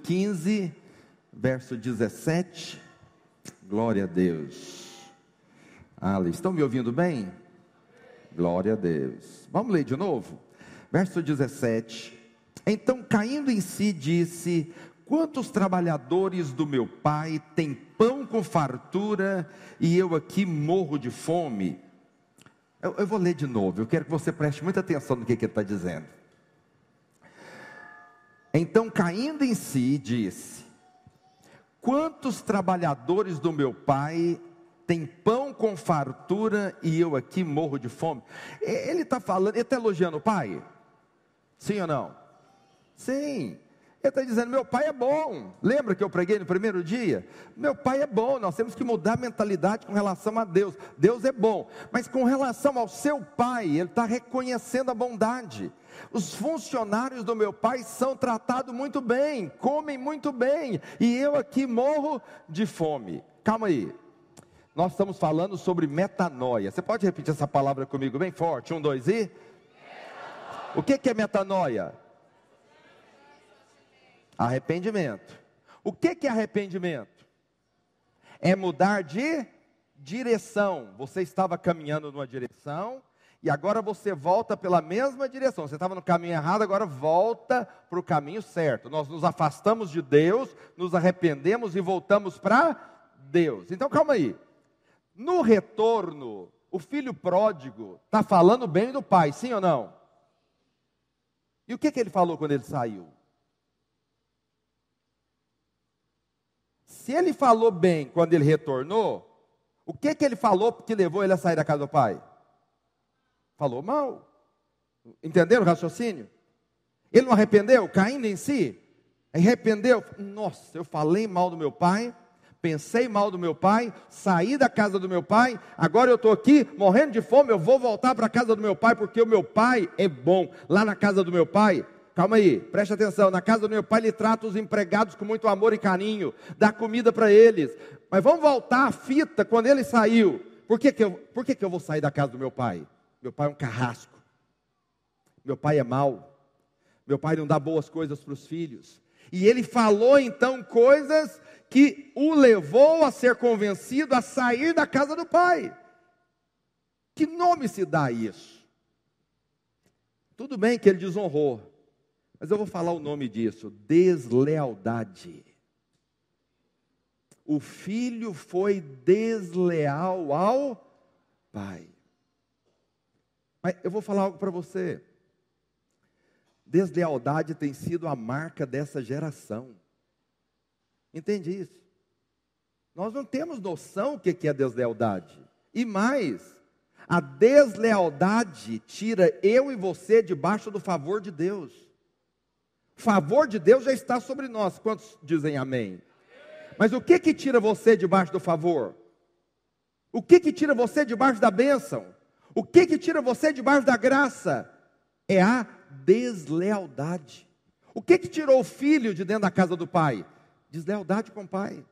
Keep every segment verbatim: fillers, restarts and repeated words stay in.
quinze, verso dezessete. Glória a Deus. Ale, estão me ouvindo bem? Glória a Deus. Vamos ler de novo? Verso dezessete. Então, caindo em si, disse: quantos trabalhadores do meu pai têm pão com fartura e eu aqui morro de fome? Eu, eu vou ler de novo, eu quero que você preste muita atenção no que, que ele está dizendo. Então, caindo em si, disse: quantos trabalhadores do meu pai têm pão com fartura e eu aqui morro de fome? Ele está falando, ele está elogiando o pai? Sim ou não? Sim. Ele está dizendo: meu pai é bom. Lembra que eu preguei no primeiro dia? Meu pai é bom. Nós temos que mudar a mentalidade com relação a Deus. Deus é bom, mas com relação ao seu pai, ele está reconhecendo a bondade. Os funcionários do meu pai são tratados muito bem, comem muito bem, e eu aqui morro de fome. Calma aí, nós estamos falando sobre metanoia. Você pode repetir essa palavra comigo bem forte? Um, dois e... O que, que é metanoia? Arrependimento. O que, que é arrependimento? É mudar de direção. Você estava caminhando numa direção e agora você volta pela mesma direção. Você estava no caminho errado, agora volta para o caminho certo. Nós nos afastamos de Deus, nos arrependemos e voltamos para Deus. Então calma aí. No retorno, o filho pródigo está falando bem do pai, sim ou não? E o que, que ele falou quando ele saiu? Se ele falou bem quando ele retornou, o que, que ele falou que levou ele a sair da casa do pai? Falou mal. Entenderam o raciocínio? Ele não arrependeu, caindo em si? Arrependeu? Nossa, eu falei mal do meu pai, pensei mal do meu pai, saí da casa do meu pai, agora eu estou aqui morrendo de fome, eu vou voltar para a casa do meu pai, porque o meu pai é bom. Lá na casa do meu pai, calma aí, preste atenção, na casa do meu pai ele trata os empregados com muito amor e carinho, dá comida para eles. Mas vamos voltar à fita quando ele saiu. Por que que eu, por que que eu vou sair da casa do meu pai? Meu pai é um carrasco, meu pai é mau, meu pai não dá boas coisas para os filhos. E ele falou então coisas que o levou a ser convencido a sair da casa do pai. Que nome se dá a isso? Tudo bem que ele desonrou, mas eu vou falar o nome disso: deslealdade. O filho foi desleal ao pai. Mas eu vou falar algo para você. Deslealdade tem sido a marca dessa geração. Entende isso? Nós não temos noção o que é deslealdade. E mais, a deslealdade tira eu e você debaixo do favor de Deus. O favor de Deus já está sobre nós. Quantos dizem amém? Mas o que que tira você debaixo do favor? O que que tira você debaixo da bênção? O que que tira você debaixo da graça? É a deslealdade. O que que tirou o filho de dentro da casa do pai? Deslealdade com o pai.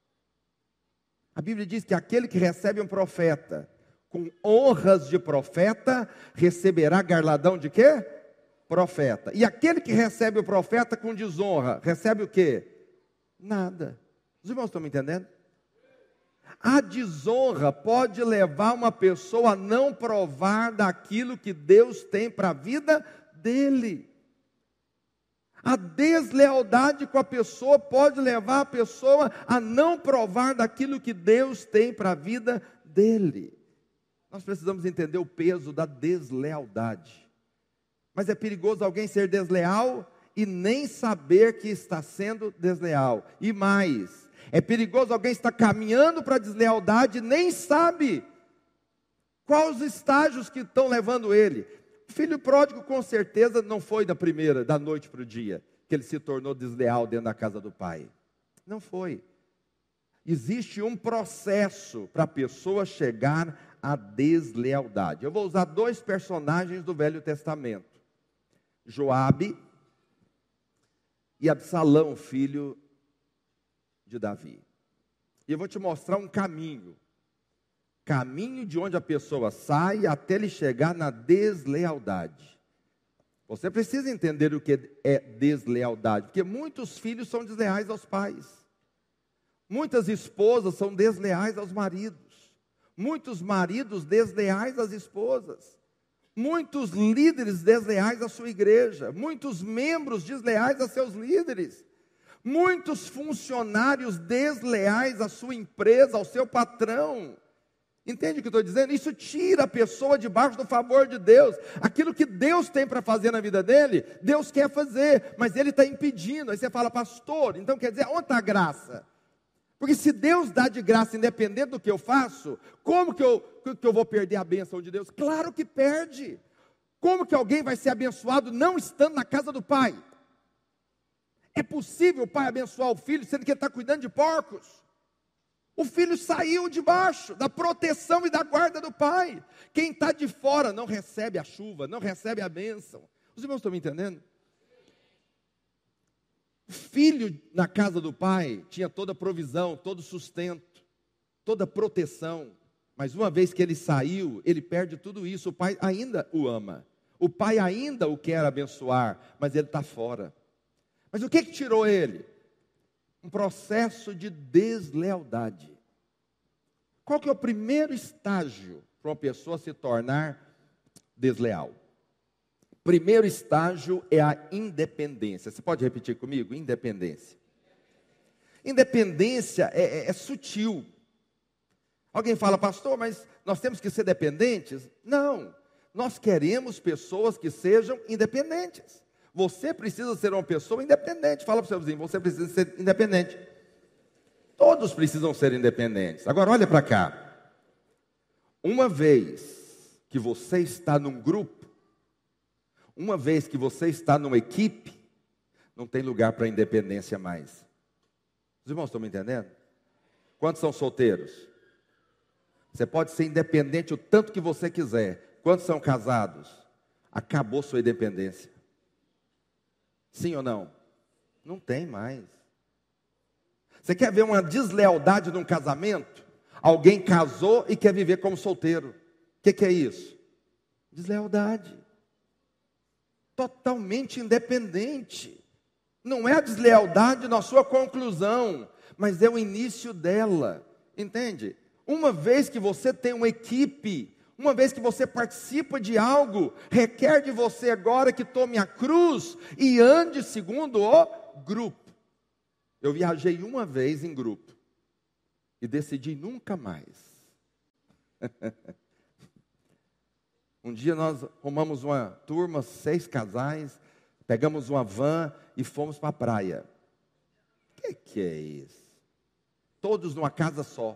A Bíblia diz que aquele que recebe um profeta com honras de profeta, receberá galardão de quê? Profeta. E aquele que recebe o profeta com desonra, recebe o quê? Nada. Os irmãos estão me entendendo? A desonra pode levar uma pessoa a não provar daquilo que Deus tem para a vida dele. A deslealdade com a pessoa pode levar a pessoa a não provar daquilo que Deus tem para a vida dele. Nós precisamos entender o peso da deslealdade. Mas é perigoso alguém ser desleal e nem saber que está sendo desleal. E mais, é perigoso alguém estar caminhando para a deslealdade e nem sabe quais os estágios que estão levando ele. O filho pródigo com certeza não foi da primeira, da noite para o dia, que ele se tornou desleal dentro da casa do pai. Não foi. Existe um processo para a pessoa chegar à deslealdade. Eu vou usar dois personagens do Velho Testamento: Joabe e Absalão, filho de Davi. E eu vou te mostrar um caminho. Caminho de onde a pessoa sai até ele chegar na deslealdade. Você precisa entender o que é deslealdade, porque muitos filhos são desleais aos pais. Muitas esposas são desleais aos maridos. Muitos maridos desleais às esposas. Muitos líderes desleais à sua igreja. Muitos membros desleais a seus líderes. Muitos funcionários desleais à sua empresa, ao seu patrão. Entende o que eu estou dizendo? Isso tira a pessoa debaixo do favor de Deus. Aquilo que Deus tem para fazer na vida dele, Deus quer fazer, mas ele está impedindo. Aí você fala, pastor, então quer dizer, onde está a graça? Porque se Deus dá de graça independente do que eu faço, como que eu, que eu vou perder a bênção de Deus? Claro que perde. Como que alguém vai ser abençoado não estando na casa do pai? É possível o pai abençoar o filho, sendo que ele está cuidando de porcos? O filho saiu debaixo da proteção e da guarda do pai. Quem está de fora não recebe a chuva, não recebe a bênção. Os irmãos estão me entendendo? O filho na casa do pai tinha toda a provisão, todo o sustento, toda a proteção. Mas uma vez que ele saiu, ele perde tudo isso. O pai ainda o ama. O pai ainda o quer abençoar, mas ele está fora. Mas o que que tirou ele? Um processo de deslealdade. Qual que é o primeiro estágio para uma pessoa se tornar desleal? O primeiro estágio é a independência. Você pode repetir comigo? Independência. Independência é, é, é sutil. Alguém fala, pastor, mas nós temos que ser dependentes? Não, nós queremos pessoas que sejam independentes. Você precisa ser uma pessoa independente. Fala para o seu vizinho, você precisa ser independente. Todos precisam ser independentes. Agora olha para cá. Uma vez que você está num grupo, uma vez que você está numa equipe, não tem lugar para independência mais. Os irmãos estão me entendendo? Quantos são solteiros? Você pode ser independente o tanto que você quiser. Quantos são casados? Acabou sua independência. Sim ou não? Não tem mais. Você quer ver uma deslealdade num casamento? Alguém casou e quer viver como solteiro. O que, que é isso? Deslealdade. Totalmente independente. Não é a deslealdade na sua conclusão, mas é o início dela. Entende? Uma vez que você tem uma equipe, uma vez que você participa de algo, requer de você agora que tome a cruz e ande segundo o grupo. Eu viajei uma vez em grupo e decidi nunca mais. Um dia nós arrumamos uma turma, seis casais, pegamos uma van e fomos para a praia. O que, que é isso? Todos numa casa só.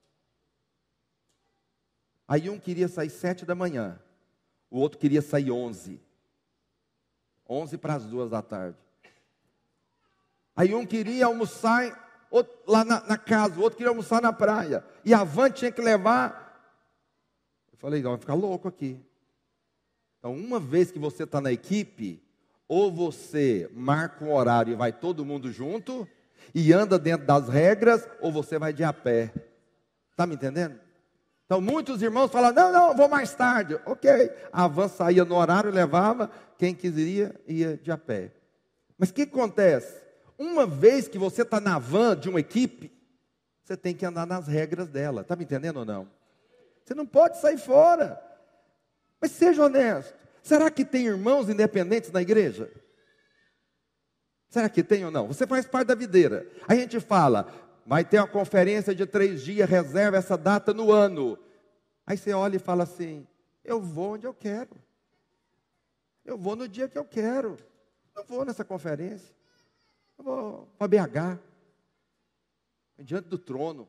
Aí um queria sair sete da manhã, o outro queria sair onze. Onze para as duas da tarde. Aí um queria almoçar outro, lá na, na casa, o outro queria almoçar na praia. E a van tinha que levar. Eu falei, não, vai ficar louco aqui. Então, uma vez que você está na equipe, ou você marca um horário e vai todo mundo junto, e anda dentro das regras, ou você vai de a pé. Está me entendendo? Então, muitos irmãos falam, não, não, vou mais tarde. Ok, a van saía no horário, levava, quem quiseria ia de a pé. Mas o que acontece? Uma vez que você está na van de uma equipe, você tem que andar nas regras dela. Está me entendendo ou não? Você não pode sair fora. Mas seja honesto. Será que tem irmãos independentes na igreja? Será que tem ou não? Você faz parte da videira. A gente fala, vai ter uma conferência de três dias, reserva essa data no ano. Aí você olha e fala assim, eu vou onde eu quero. Eu vou no dia que eu quero. Eu vou nessa conferência. Eu vou para B H. Diante do trono.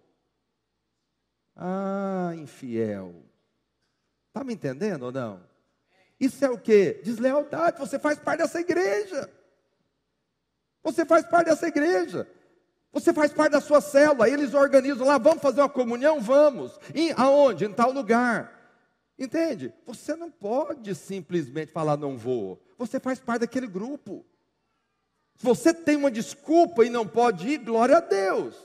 Ah, infiel. Está me entendendo ou não? Isso é o quê? Deslealdade. Você faz parte dessa igreja. Você faz parte dessa igreja. Você faz parte da sua célula. Eles organizam lá, vamos fazer uma comunhão? Vamos. E aonde? Em tal lugar. Entende? Você não pode simplesmente falar não vou. Você faz parte daquele grupo. Se você tem uma desculpa e não pode ir, glória a Deus.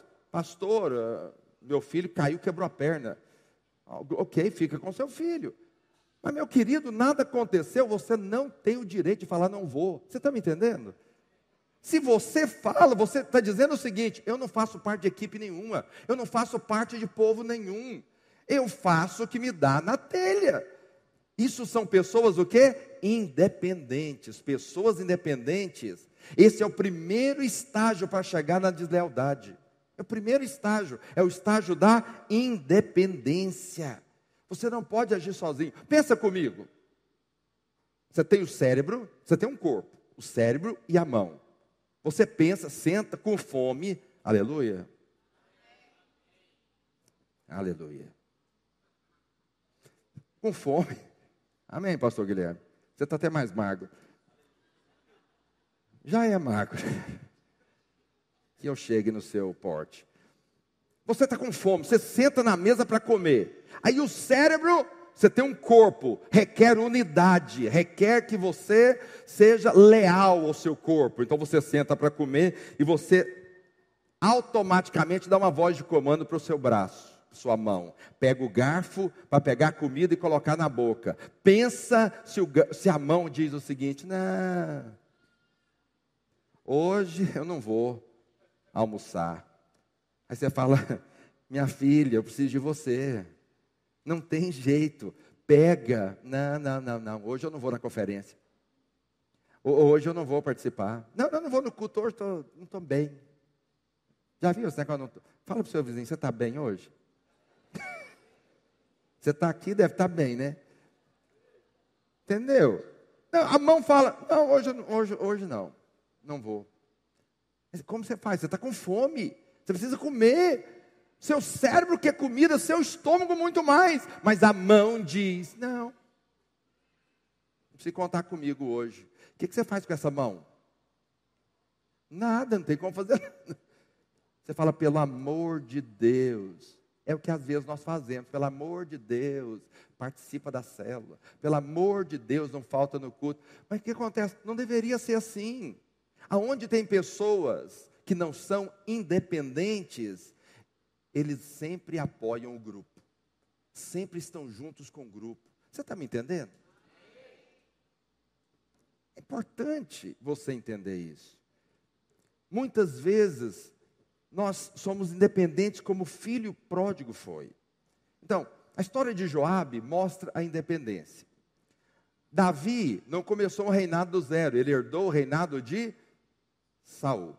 Pastor, meu filho caiu, quebrou a perna. Ok, fica com seu filho. Mas, meu querido, nada aconteceu, você não tem o direito de falar não vou. Você está me entendendo? Se você fala, você está dizendo o seguinte: eu não faço parte de equipe nenhuma, eu não faço parte de povo nenhum, eu faço o que me dá na telha. Isso são pessoas o quê? Independentes, pessoas independentes. Esse é o primeiro estágio para chegar na deslealdade. É o primeiro estágio, é o estágio da independência. Você não pode agir sozinho. Pensa comigo. Você tem o cérebro, você tem um corpo, o cérebro e a mão. Você pensa, senta com fome, aleluia. Aleluia. Com fome. Amém, pastor Guilherme? Você está até mais magro. Já é magro. Que eu chegue no seu porte. Você está com fome, você senta na mesa para comer. Aí o cérebro, você tem um corpo, requer unidade, requer que você seja leal ao seu corpo. Então você senta para comer e você automaticamente dá uma voz de comando para o seu braço, sua mão. Pega o garfo para pegar a comida e colocar na boca. Pensa se, o, se a mão diz o seguinte: não, hoje eu não vou almoçar. Aí você fala: minha filha, eu preciso de você. Não tem jeito. Pega. Não, não, não, não. Hoje eu não vou na conferência. Hoje eu não vou participar. Não, eu não vou no culto hoje, tô, não estou bem. Já viu esse negócio? Não tô... Fala para o seu vizinho: você está bem hoje? Você está aqui, deve estar bem, né? Entendeu? Não, a mão fala: não, hoje, hoje, hoje não. Não vou. Como você faz? Você está com fome. Você precisa comer. Seu cérebro quer comida, seu estômago muito mais. Mas a mão diz: não. Não precisa contar comigo hoje. O que, que você faz com essa mão? Nada, não tem como fazer nada. Você fala: pelo amor de Deus. É o que às vezes nós fazemos. Pelo amor de Deus, participa da célula. Pelo amor de Deus, não falta no culto. Mas o que acontece? Não deveria ser assim. Aonde tem pessoas que não são independentes, eles sempre apoiam o grupo. Sempre estão juntos com o grupo. Você está me entendendo? É importante você entender isso. Muitas vezes, nós somos independentes como o filho pródigo foi. Então, a história de Joabe mostra a independência. Davi não começou um reinado do zero, ele herdou o reinado de Saul.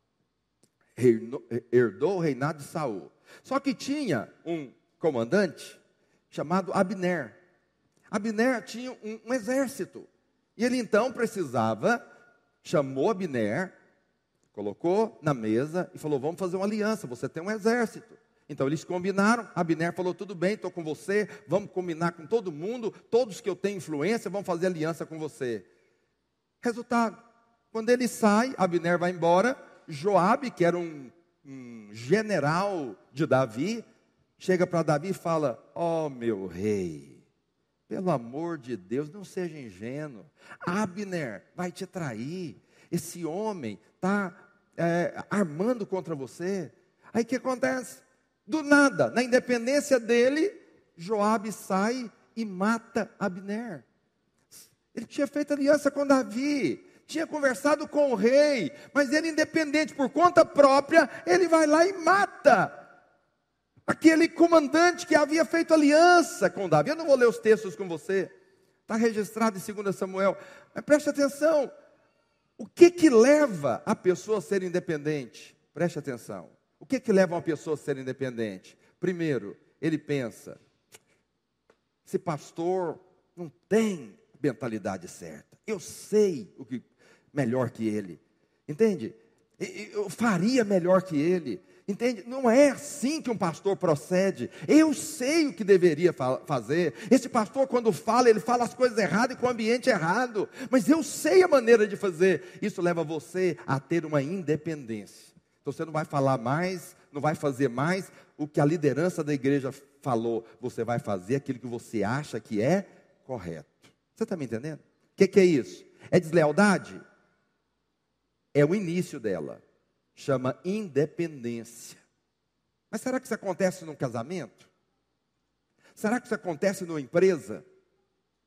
Herdou o reinado de Saul. Só que tinha um comandante chamado Abner. Abner tinha um, um exército. E ele então precisava, chamou Abner, colocou na mesa e falou: vamos fazer uma aliança, você tem um exército. Então eles combinaram, Abner falou: tudo bem, estou com você, vamos combinar com todo mundo, todos que eu tenho influência vão fazer aliança com você. Resultado, quando ele sai, Abner vai embora, Joabe, que era um, um general de Davi, chega para Davi e fala: ó meu rei, pelo amor de Deus, não seja ingênuo, Abner vai te trair, esse homem está é, armando contra você. Aí o que acontece? Do nada, na independência dele, Joabe sai e mata Abner. Ele tinha feito aliança com Davi, tinha conversado com o rei, mas ele independente, por conta própria, ele vai lá e mata aquele comandante que havia feito aliança com Davi. Eu não vou ler os textos com você, está registrado em dois Samuel, mas preste atenção, o que que leva a pessoa a ser independente? Preste atenção, o que que leva uma pessoa a ser independente? Primeiro, ele pensa: esse pastor não tem mentalidade certa, eu sei o que melhor que ele, entende? Eu faria melhor que ele, entende? Não é assim que um pastor procede. Eu sei o que deveria fa- fazer. Esse pastor, quando fala, ele fala as coisas erradas e com o ambiente errado, mas eu sei a maneira de fazer. Isso leva você a ter uma independência. Então você não vai falar mais, não vai fazer mais o que a liderança da igreja falou. Você vai fazer aquilo que você acha que é correto. Você está me entendendo? O que, que é isso? É deslealdade? É o início dela. Chama independência. Mas será que isso acontece num casamento? Será que isso acontece numa empresa?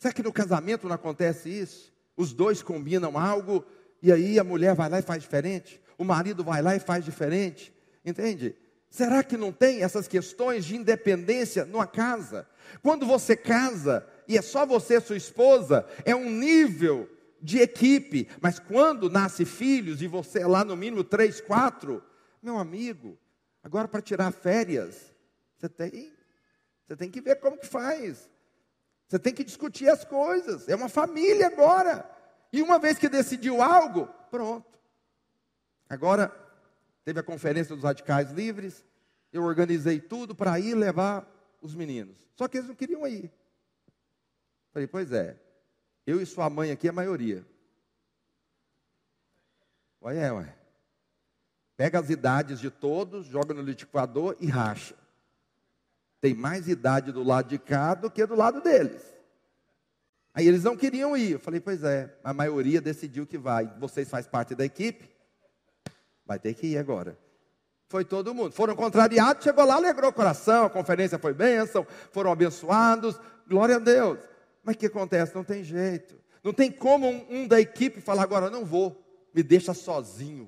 Será que no casamento não acontece isso? Os dois combinam algo e aí a mulher vai lá e faz diferente, o marido vai lá e faz diferente, entende? Será que não tem essas questões de independência numa casa? Quando você casa e é só você e sua esposa, é um nível de equipe, mas quando nasce filhos e você é lá no mínimo três, quatro, meu amigo, agora para tirar férias, você tem, você tem que ver como que faz, você tem que discutir as coisas, é uma família agora, e uma vez que decidiu algo, pronto. Agora, teve a conferência dos radicais livres, eu organizei tudo para ir levar os meninos, só que eles não queriam ir. Falei, pois é, eu e sua mãe aqui é a maioria. Ué, é, ué. Pega as idades de todos, joga no liquidificador e racha. Tem mais idade do lado de cá do que do lado deles. Aí eles não queriam ir. Eu falei, pois é, a maioria decidiu que vai. Vocês fazem parte da equipe, vai ter que ir agora. Foi todo mundo. Foram contrariados, chegou lá, alegrou o coração, a conferência foi bênção, foram abençoados, glória a Deus. Mas o que acontece? Não tem jeito. Não tem como um, um da equipe falar, agora não vou, me deixa sozinho.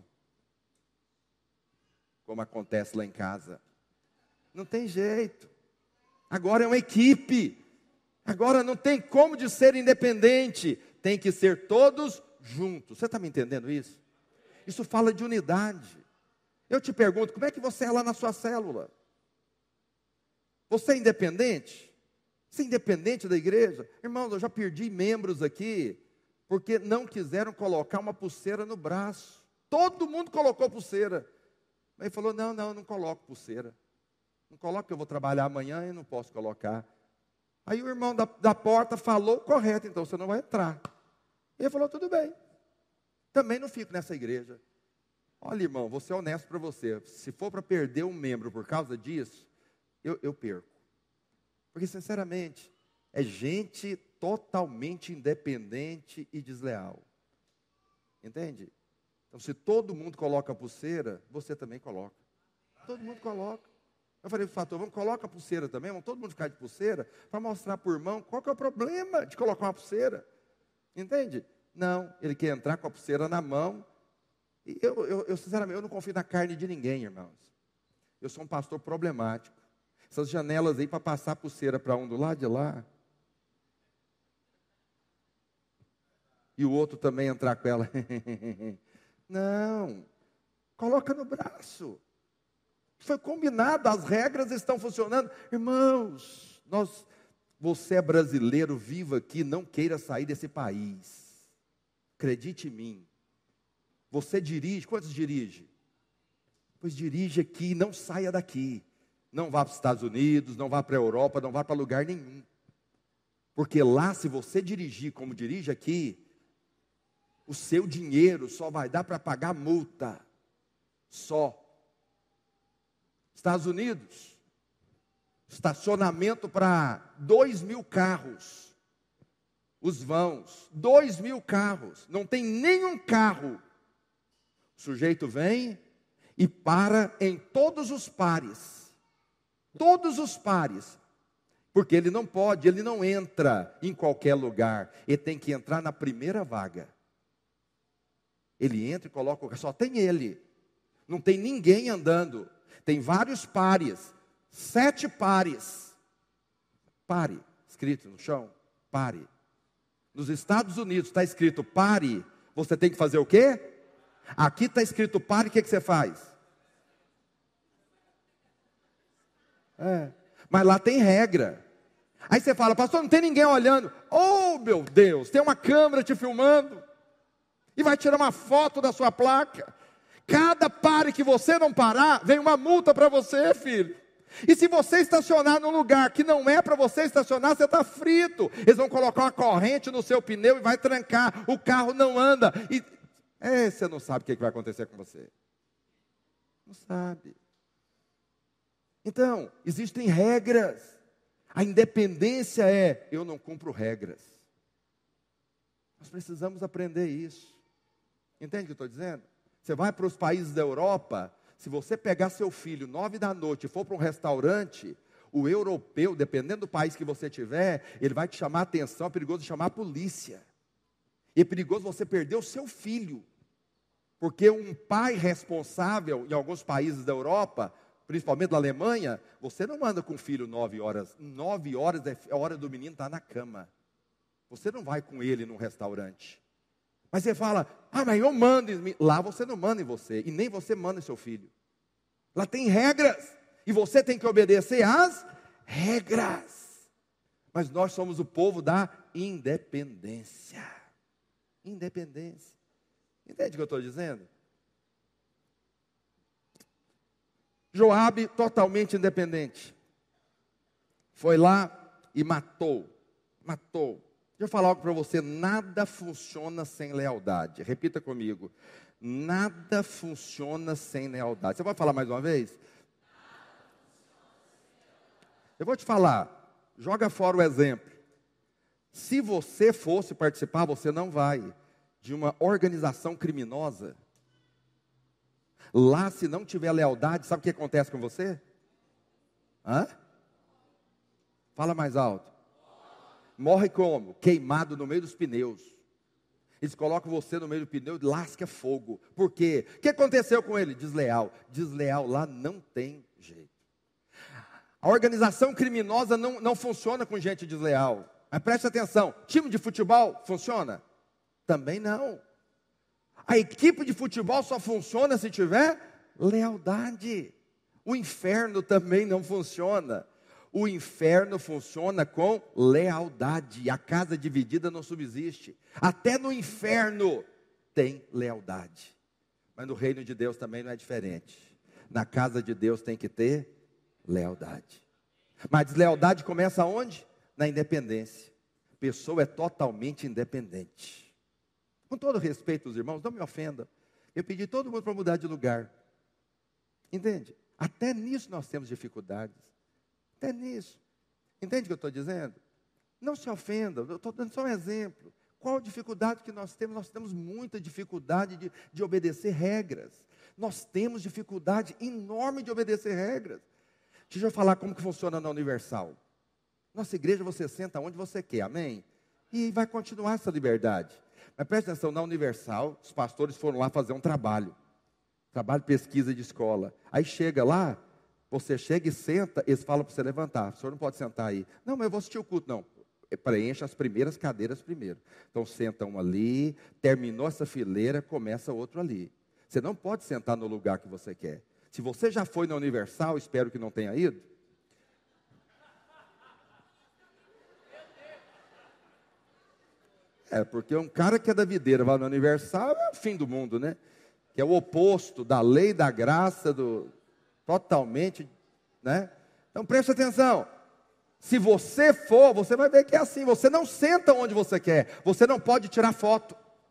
Como acontece lá em casa. Não tem jeito. Agora é uma equipe. Agora não tem como de ser independente. Tem que ser todos juntos. Você está me entendendo isso? Isso fala de unidade. Eu te pergunto, como é que você é lá na sua célula? Você é independente? Você é independente da igreja? Irmãos, eu já perdi membros aqui, porque não quiseram colocar uma pulseira no braço. Todo mundo colocou pulseira. Aí falou, não, não, não coloco pulseira. Não coloco que eu vou trabalhar amanhã e não posso colocar. Aí o irmão da, da porta falou, correto, então você não vai entrar. Ele falou, tudo bem. Também não fico nessa igreja. Olha, irmão, vou ser honesto para você. Se for para perder um membro por causa disso, eu, eu perco. Porque, sinceramente, é gente totalmente independente e desleal. Entende? Então, se todo mundo coloca a pulseira, você também coloca. Todo mundo coloca. Eu falei para o pastor, vamos colocar a pulseira também, vamos todo mundo ficar de pulseira, para mostrar para o irmão qual que é o problema de colocar uma pulseira. Entende? Não, ele quer entrar com a pulseira na mão. E eu, eu, eu, sinceramente, eu não confio na carne de ninguém, irmãos. Eu sou um pastor problemático. Essas janelas aí para passar a pulseira para um do lado de lá. E o outro também entrar com ela. Não. Coloca no braço. Foi combinado, as regras estão funcionando. Irmãos, nós, você é brasileiro, viva aqui, não queira sair desse país. Acredite em mim. Você dirige, quantos dirige? Pois dirige aqui, não saia daqui. Não vá para os Estados Unidos, não vá para a Europa, não vá para lugar nenhum. Porque lá, se você dirigir como dirige aqui, o seu dinheiro só vai dar para pagar multa. Só. Estados Unidos, estacionamento para dois mil carros. Os vãos, dois mil carros. Não tem nenhum carro. O sujeito vem e para em todos os pares. Todos os pares. Porque ele não pode, ele não entra em qualquer lugar. Ele tem que entrar na primeira vaga. Ele entra e coloca, só tem ele. Não tem ninguém andando. Tem vários pares. Sete pares. Pare, escrito no chão. Pare. Nos Estados Unidos está escrito pare. Você tem que fazer o quê? Aqui está escrito pare, o que, que você faz? É. Mas lá tem regra. Aí você fala, pastor, não tem ninguém olhando. Oh, meu Deus, tem uma câmera te filmando. E vai tirar uma foto da sua placa. Cada pare que você não parar, vem uma multa para você, filho. E se você estacionar num lugar que não é para você estacionar, você está frito. Eles vão colocar uma corrente no seu pneu e vai trancar. O carro não anda. E é, você não sabe o que vai acontecer com você. Não sabe. Então, existem regras. A independência é, eu não cumpro regras. Nós precisamos aprender isso. Entende o que eu estou dizendo? Você vai para os países da Europa, se você pegar seu filho nove da noite e for para um restaurante, O europeu, dependendo do país que você tiver, ele vai te chamar a atenção, é perigoso chamar a polícia. E é perigoso você perder o seu filho. Porque um pai responsável, em alguns países da Europa, principalmente da Alemanha, você não anda com o filho nove horas. Nove horas é a hora do menino estar na cama. Você não vai com ele num restaurante. Mas você fala, ah, mas eu mando. Lá você não manda em você, e nem você manda em seu filho. Lá tem regras, e você tem que obedecer às regras. Mas nós somos o povo da independência. Independência. Entende o que eu estou dizendo? Joabe, totalmente independente, foi lá e matou. Matou. Deixa eu falar algo para você, nada funciona sem lealdade. Repita comigo, nada funciona sem lealdade. Você pode falar mais uma vez? Eu vou te falar, joga fora o exemplo. Se você fosse participar, você não vai, de uma organização criminosa. Lá, se não tiver lealdade, sabe o que acontece com você? Hã? Fala mais alto. Morre como? Queimado no meio dos pneus. Eles colocam você no meio do pneu e lasca fogo. Por quê? O que aconteceu com ele? Desleal. Desleal lá não tem jeito. A organização criminosa não, não funciona com gente desleal. Mas preste atenção, time de futebol funciona? Também não. A equipe de futebol só funciona se tiver lealdade. O inferno também não funciona. O inferno funciona com lealdade. A casa dividida não subsiste. Até no inferno tem lealdade. Mas no reino de Deus também não é diferente. Na casa de Deus tem que ter lealdade. Mas deslealdade começa onde? Na independência. A pessoa é totalmente independente. Com todo respeito, os irmãos, não me ofendam. Eu pedi todo mundo para mudar de lugar. Entende? Até nisso nós temos dificuldades. Até nisso. Entende o que eu estou dizendo? Não se ofendam, eu estou dando só um exemplo. Qual a dificuldade que nós temos? Nós temos muita dificuldade de, de obedecer regras. Nós temos dificuldade enorme de obedecer regras. Deixa eu falar como que funciona na Universal. Nossa igreja você senta onde você quer, amém? E vai continuar essa liberdade. Mas preste atenção, na Universal, os pastores foram lá fazer um trabalho. Trabalho de pesquisa de escola. Aí chega lá, você chega e senta, eles falam para você levantar. O senhor não pode sentar aí. Não, mas eu vou assistir o culto. Não, preencha as primeiras cadeiras primeiro. Então senta um ali, terminou essa fileira, começa outro ali. Você não pode sentar no lugar que você quer. Se você já foi na Universal, espero que não tenha ido. É, porque um cara que é da videira vai no Universal, é o fim do mundo, né? Que é o oposto da lei, da graça, do totalmente, né? Então preste atenção. Se você for, você vai ver que é assim. Você não senta onde você quer. Você não pode tirar foto.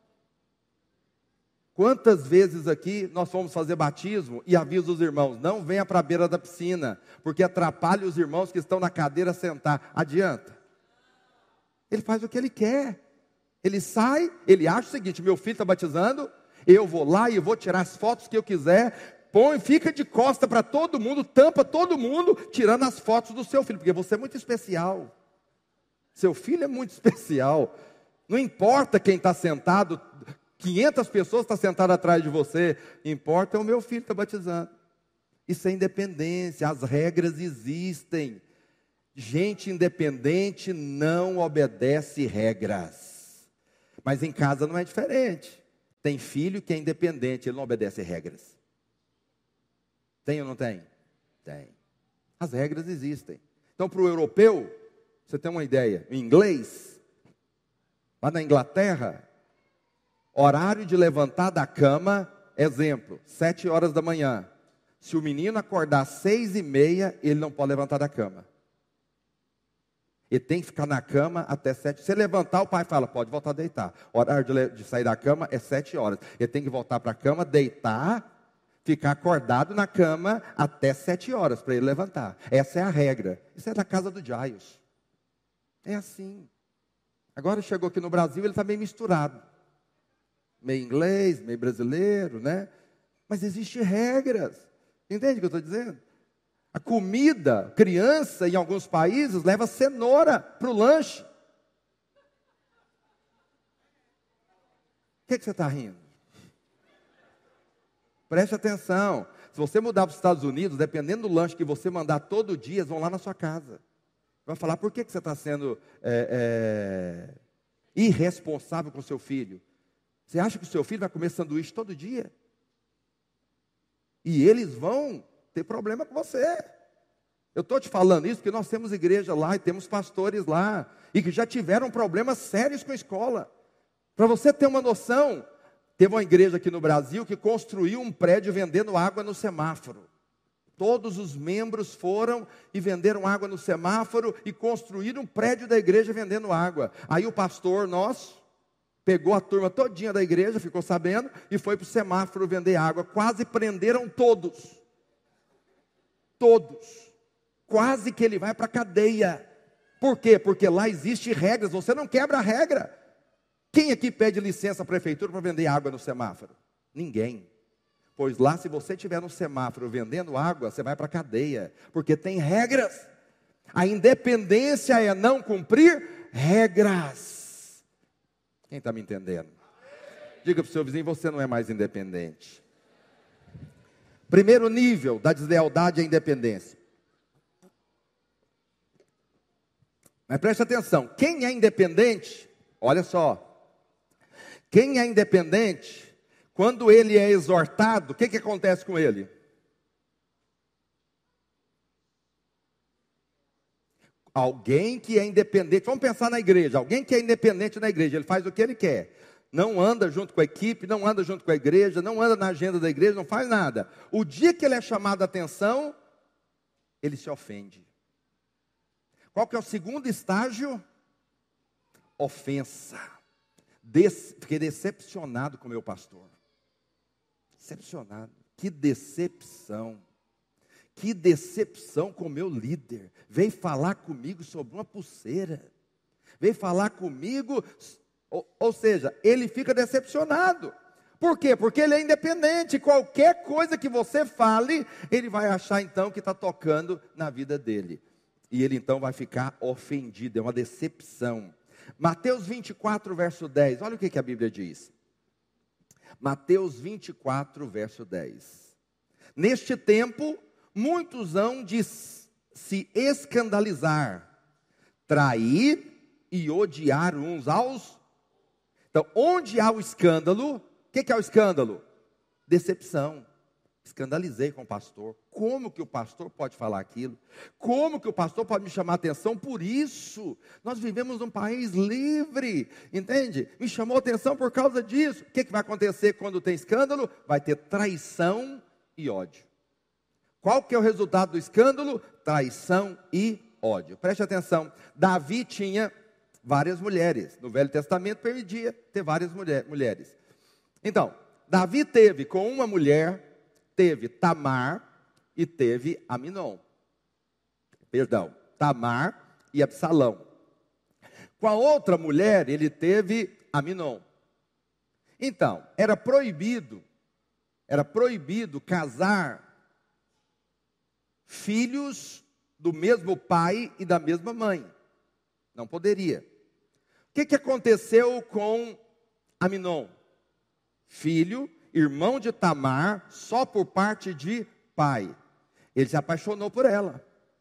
Quantas vezes aqui nós fomos fazer batismo e avisa os irmãos, não venha para a beira da piscina, porque atrapalha os irmãos que estão na cadeira sentar. Adianta. Ele faz o que ele quer. Ele sai, ele acha o seguinte, meu filho está batizando, eu vou lá e eu vou tirar as fotos que eu quiser, põe, fica de costa para todo mundo, tampa todo mundo, tirando as fotos do seu filho, porque você é muito especial. Seu filho é muito especial. Não importa quem está sentado, quinhentas pessoas estão sentadas atrás de você, importa é o meu filho está batizando. Isso é independência, as regras existem. Gente independente não obedece regras. Mas em casa não é diferente. Tem filho que é independente, ele não obedece regras. Tem ou não tem? Tem. As regras existem. Então, para o europeu, você tem uma ideia, em inglês, lá na Inglaterra, horário de levantar da cama, exemplo, sete horas da manhã. Se o menino acordar às seis e meia, ele não pode levantar da cama. Ele tem que ficar na cama até sete. Se ele levantar, o pai fala, pode voltar a deitar. O horário de, de sair da cama é sete horas. Ele tem que voltar para a cama, deitar, ficar acordado na cama até sete horas para ele levantar. Essa é a regra. Isso é da casa do Jaios. É assim. Agora chegou aqui no Brasil, ele está meio misturado. Meio inglês, meio brasileiro, né? Mas existem regras. Entende o que eu estou dizendo? A comida, criança em alguns países leva cenoura para o lanche. O que, que você está rindo? Preste atenção. Se você mudar para os Estados Unidos, dependendo do lanche que você mandar todo dia, eles vão lá na sua casa. Vai falar, por que, que você está sendo é, é, irresponsável com o seu filho? Você acha que o seu filho vai comer sanduíche todo dia? E eles vão ter problema com você. Eu estou te falando isso porque nós temos igreja lá e temos pastores lá, e que já tiveram problemas sérios com a escola. Para você ter uma noção, teve uma igreja aqui no Brasil que construiu um prédio vendendo água no semáforo. Todos os membros foram e venderam água no semáforo e construíram um prédio da igreja vendendo água. Aí o pastor nosso pegou a turma todinha da igreja, ficou sabendo, e foi para o semáforo vender água. Quase prenderam todos. Todos. Quase que ele vai para a cadeia. Por quê? Porque lá existem regras, você não quebra a regra. Quem aqui pede licença à prefeitura para vender água no semáforo? Ninguém. Pois lá, se você estiver no semáforo vendendo água, você vai para a cadeia, porque tem regras. A independência é não cumprir regras. Quem está me entendendo? Diga para o seu vizinho, você não é mais independente. Primeiro nível da deslealdade é a independência. Mas preste atenção, quem é independente, olha só, quem é independente, quando ele é exortado, o que, que acontece com ele? Alguém que é independente, vamos pensar na igreja, alguém que é independente na igreja, ele faz o que ele quer, não anda junto com a equipe, não anda junto com a igreja, não anda na agenda da igreja, não faz nada. O dia que ele é chamado a atenção, ele se ofende. Qual que é o segundo estágio? Ofensa. Des, fiquei decepcionado com o meu pastor. Decepcionado. Que decepção. Que decepção com o meu líder. Veio falar comigo sobre uma pulseira. Veio falar comigo, ou, ou seja, ele fica decepcionado. Por quê? Porque ele é independente. Qualquer coisa que você fale, ele vai achar então que está tocando na vida dele. E ele então vai ficar ofendido, é uma decepção. Mateus vinte e quatro, verso dez, olha o que, que a Bíblia diz. Mateus vinte e quatro, verso dez. Neste tempo, muitos hão de se escandalizar, trair e odiar uns aos... Então, onde há o escândalo, o que, que é o escândalo? Decepção. Escandalizei com o pastor. Como que o pastor pode falar aquilo? Como que o pastor pode me chamar a atenção por isso? Nós vivemos num país livre, entende? Me chamou a atenção por causa disso. O que, que vai acontecer quando tem escândalo? Vai ter traição e ódio. Qual que é o resultado do escândalo? Traição e ódio. Preste atenção. Davi tinha várias mulheres. No Velho Testamento permitia ter várias mulher, mulheres. Então, Davi teve com uma mulher... Teve Tamar e teve Aminon. Perdão, Tamar e Absalão. Com a outra mulher, ele teve Aminon. Então, era proibido, era proibido casar filhos do mesmo pai e da mesma mãe. Não poderia. O que, que aconteceu com Aminon? Filho, irmão de Tamar, só por parte de pai. Ele se apaixonou por ela.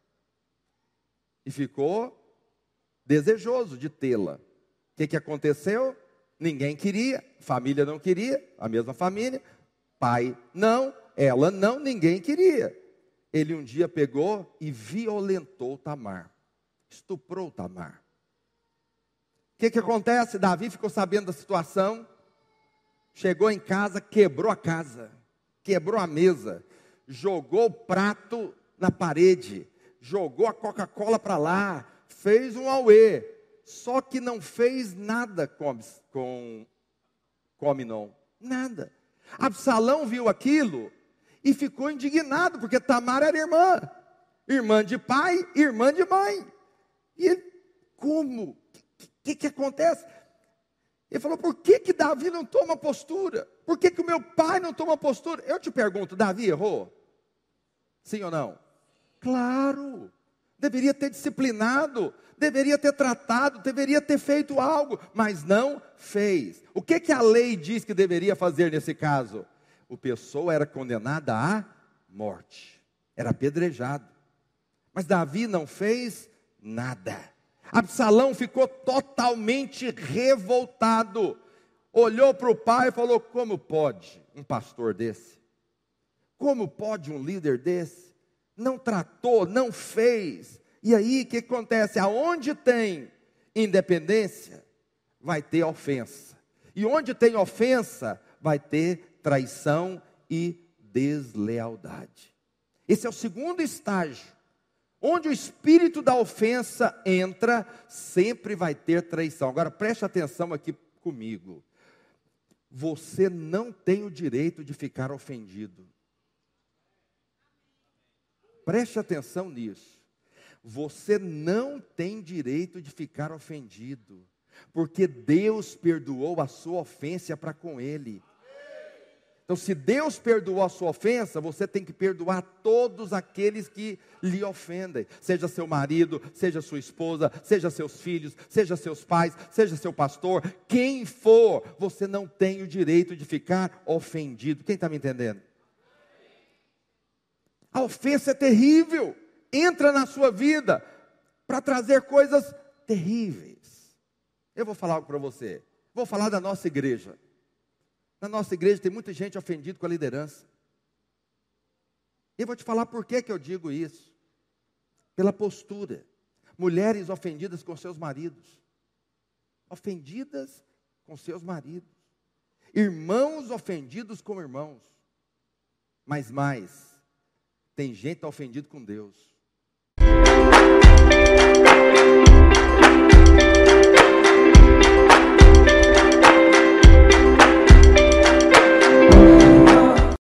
E ficou desejoso de tê-la. O que, que aconteceu? Ninguém queria, família não queria, a mesma família. Pai não, ela não, ninguém queria. Ele um dia pegou e violentou Tamar. Estuprou Tamar. O que, que acontece? Davi ficou sabendo da situação. Chegou em casa, quebrou a casa, quebrou a mesa, jogou o prato na parede, jogou a Coca-Cola para lá, fez um auê, só que não fez nada com, com, com Aminon, nada. Absalão viu aquilo e ficou indignado, porque Tamar era irmã, irmã de pai, irmã de mãe. E ele, como? O que, que acontece? Ele falou, por que que Davi não toma postura? Por que que o meu pai não toma postura? Eu te pergunto, Davi errou? Sim ou não? Claro, deveria ter disciplinado, deveria ter tratado, deveria ter feito algo, mas não fez. O que que a lei diz que deveria fazer nesse caso? O pessoa era condenada à morte, era apedrejado. Mas Davi não fez nada. Absalão ficou totalmente revoltado. Olhou para o pai e falou: como pode um pastor desse? Como pode um líder desse? Não tratou, não fez. E aí o que acontece? Aonde tem independência, vai ter ofensa. E onde tem ofensa, vai ter traição e deslealdade. Esse é o segundo estágio. Onde o espírito da ofensa entra, sempre vai ter traição. Agora preste atenção aqui comigo. Você não tem o direito de ficar ofendido. Preste atenção nisso. Você não tem direito de ficar ofendido, porque Deus perdoou a sua ofensa para com Ele. Então, se Deus perdoou a sua ofensa, você tem que perdoar todos aqueles que lhe ofendem. Seja seu marido, seja sua esposa, seja seus filhos, seja seus pais, seja seu pastor, quem for, você não tem o direito de ficar ofendido. Quem está me entendendo? A ofensa é terrível, entra na sua vida para trazer coisas terríveis. Eu vou falar algo para você, vou falar da nossa igreja. Na nossa igreja tem muita gente ofendida com a liderança. Eu vou te falar por que que eu digo isso. Pela postura. Mulheres ofendidas com seus maridos. Ofendidas com seus maridos. Irmãos ofendidos com irmãos. Mas mais, tem gente ofendida com Deus.